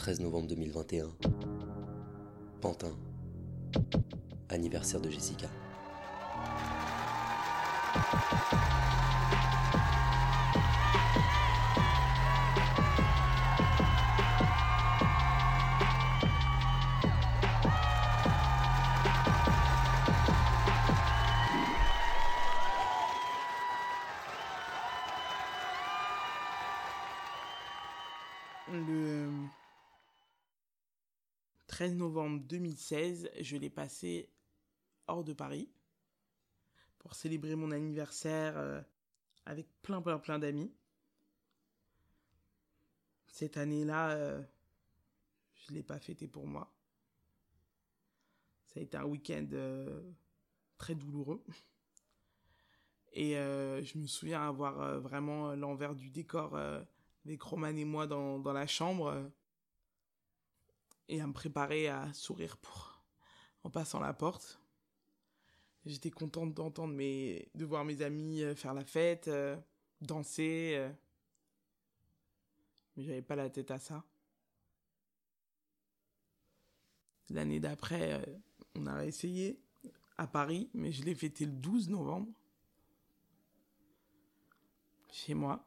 13 novembre 2021. Pantin. Anniversaire de Jessica. Le 13 novembre 2016, je l'ai passé hors de Paris pour célébrer mon anniversaire avec plein d'amis. Cette année-là, je ne l'ai pas fêté pour moi. Ça a été un week-end très douloureux. Et je me souviens avoir vraiment l'envers du décor avec Roman et moi dans la chambre et à me préparer à sourire en passant la porte. J'étais contente de voir mes amis faire la fête, danser. Mais j'avais pas la tête à ça. L'année d'après, on a essayé à Paris, mais je l'ai fêté le 12 novembre. Chez moi.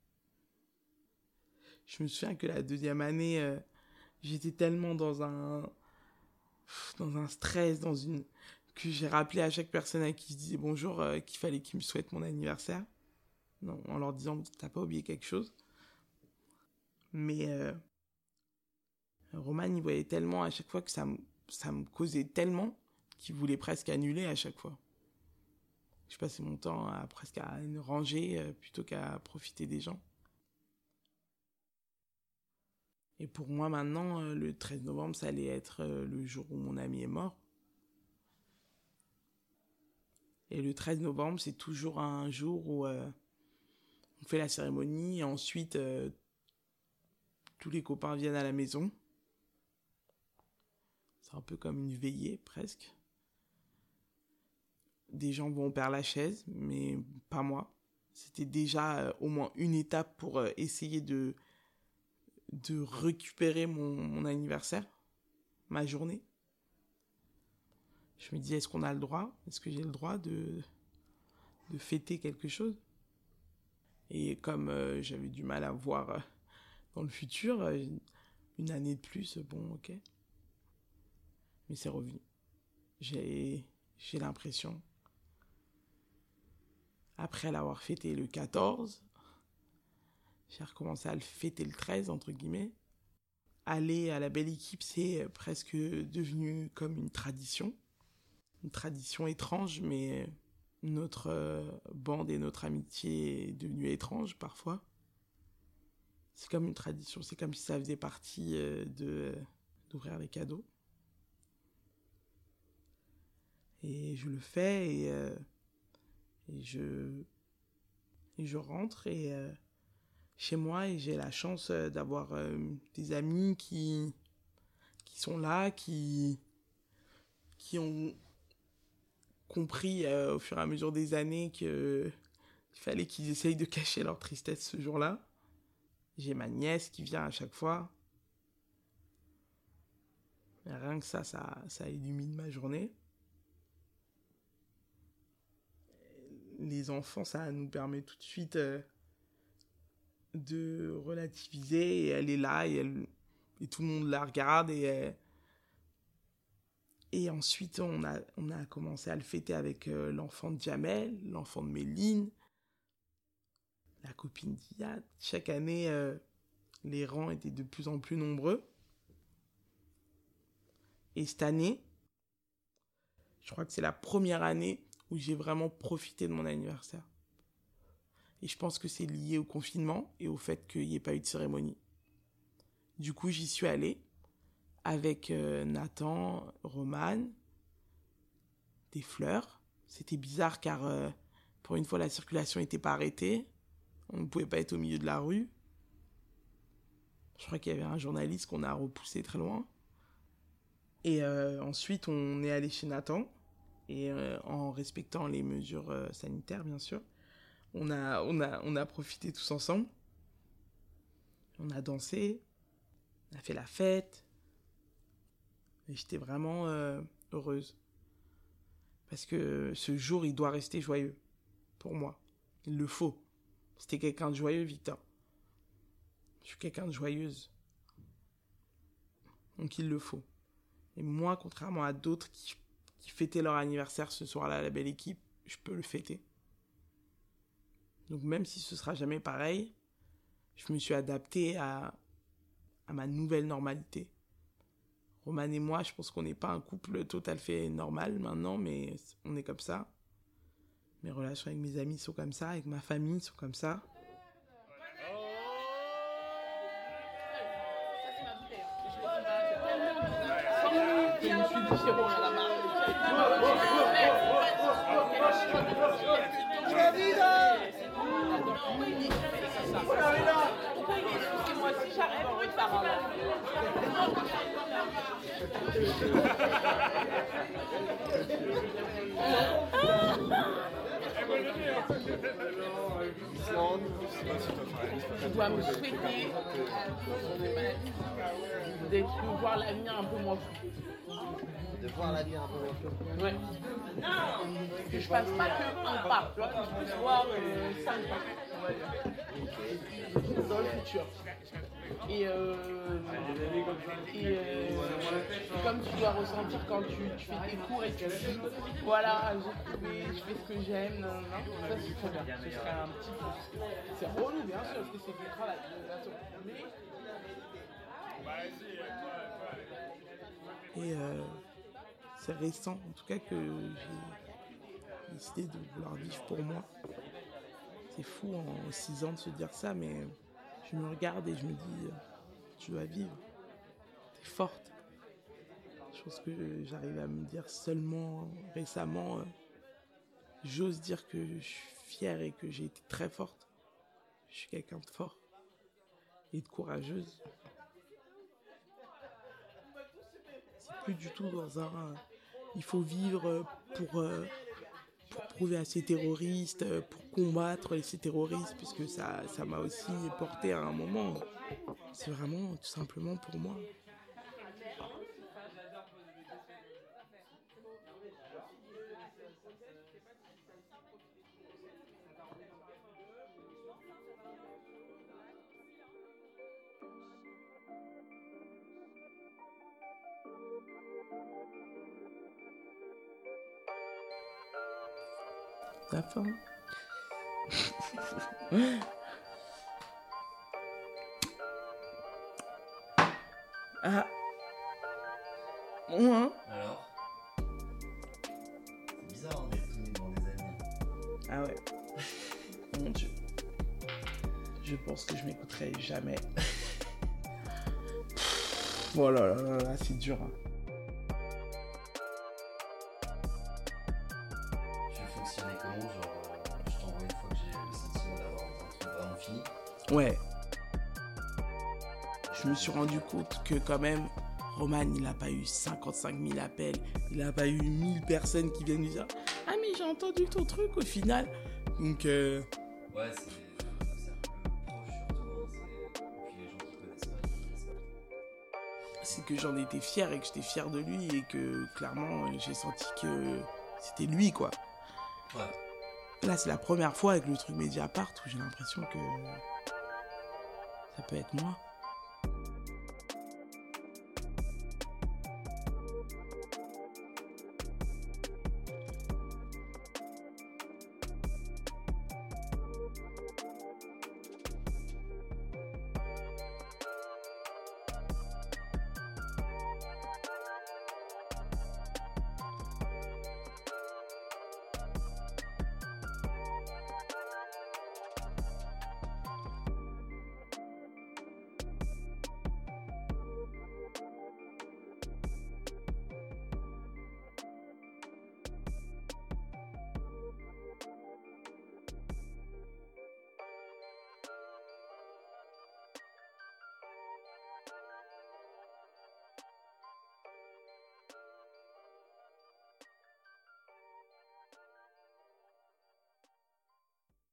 Je me souviens que la deuxième année, j'étais tellement dans un stress, que j'ai rappelé à chaque personne à qui je disais bonjour qu'il fallait qu'ils me souhaitent mon anniversaire. Non, en leur disant t'as pas oublié quelque chose. Mais Roman, il voyait tellement à chaque fois que ça me causait tellement qu'il voulait presque annuler à chaque fois. Je passais mon temps presque à une rangée plutôt qu'à profiter des gens. Et pour moi maintenant, le 13 novembre, ça allait être le jour où mon ami est mort. Et le 13 novembre, c'est toujours un jour où on fait la cérémonie et ensuite tous les copains viennent à la maison. C'est un peu comme une veillée presque. Des gens vont au Père-Lachaise, mais pas moi. C'était déjà au moins une étape pour essayer de récupérer mon anniversaire, ma journée. Je me disais, est-ce qu'on a le droit ? Est-ce que j'ai le droit de fêter quelque chose ? Et comme j'avais du mal à voir dans le futur, une année de plus, bon, ok. Mais c'est revenu. J'ai l'impression, après l'avoir fêté le 14, j'ai recommencé à le fêter le 13, entre guillemets. Aller à la belle équipe, c'est presque devenu comme une tradition. Une tradition étrange, mais notre bande et notre amitié est devenue étrange parfois. C'est comme une tradition, c'est comme si ça faisait partie d'ouvrir les cadeaux. Et je le fais et je rentre chez moi et j'ai la chance d'avoir des amis qui sont là, qui ont compris au fur et à mesure des années qu'il fallait qu'ils essayent de cacher leur tristesse ce jour-là. J'ai ma nièce qui vient à chaque fois. Et rien que ça illumine ma journée. Les enfants, ça nous permet tout de suite de relativiser et elle est là et tout le monde la regarde et ensuite on a commencé à le fêter avec l'enfant de Jamel, l'enfant de Méline, la copine d'Iyad. Chaque année les rangs étaient de plus en plus nombreux et cette année je crois que c'est la première année où j'ai vraiment profité de mon anniversaire. Et je pense que c'est lié au confinement et au fait qu'il n'y ait pas eu de cérémonie. Du coup, j'y suis allée avec Nathan, Roman, des fleurs. C'était bizarre car pour une fois, la circulation n'était pas arrêtée. On ne pouvait pas être au milieu de la rue. Je crois qu'il y avait un journaliste qu'on a repoussé très loin. Et ensuite, on est allé chez Nathan. Et en respectant les mesures sanitaires, bien sûr, on a profité tous ensemble. On a dansé, On a fait la fête. Et j'étais vraiment heureuse. Parce que ce jour, il doit rester joyeux. Pour moi. Il le faut. C'était quelqu'un de joyeux, Victor. Je suis quelqu'un de joyeuse. Donc il le faut. Et moi, contrairement à d'autres qui fêtaient leur anniversaire ce soir-là à la belle équipe, je peux le fêter. Donc même si ce sera jamais pareil, je me suis adapté à ma nouvelle normalité. Roman et moi, je pense qu'on n'est pas un couple tout à fait normal maintenant, mais on est comme ça. Mes relations avec mes amis sont comme ça, avec ma famille sont comme ça. Je dois me souhaiter de voir l'avenir un peu moins flou. De voir l'avenir un peu moins flou. Ouais. Que je fasse pas que un pas, tu vois, que je puisse voir 5 pas dans le futur. Et comme tu dois ressentir quand tu fais tes cours et tu dis voilà, j'ai trouvé, je fais ce que j'aime, ça c'est très bien. Ce serait un petit peu. C'est relou bien sûr parce que c'est du travail. Et c'est récent, en tout cas, que j'ai décidé de vouloir vivre pour moi. C'est fou en 6 ans de se dire ça, mais je me regarde et je me dis, tu vas vivre. T'es forte. Chose que j'arrive à me dire seulement récemment. J'ose dire que je suis fière et que j'ai été très forte. Je suis quelqu'un de fort et de courageuse. C'est plus du tout dans un... il faut vivre pour prouver à ces terroristes, pour combattre ces terroristes, puisque ça m'a aussi porté à un moment. C'est vraiment tout simplement pour moi. T'as faim? Ah. Bon, hein? Alors? C'est bizarre, on est tous devant des amis. Ah ouais. Mon Dieu. Je pense que je m'écouterai jamais. Oh là là là là, c'est dur, hein. Comment, genre, je t'envoie une fois que j'ai le sentiment d'avoir un truc vraiment fini. Ouais. Je me suis rendu compte que quand même, Roman, il n'a pas eu 55 000 appels. Il n'a pas eu 1000 personnes qui viennent lui dire « Ah mais j'ai entendu ton truc au final !» Donc ouais, c'est un peu proche surtout, hein, puis les gens qui connaissent pas, ils connaissent pas. C'est que j'en étais fier et que j'étais fier de lui et que clairement, j'ai senti que c'était lui, quoi. Ouais. Là, c'est la première fois avec le truc Mediapart où j'ai l'impression que ça peut être moi.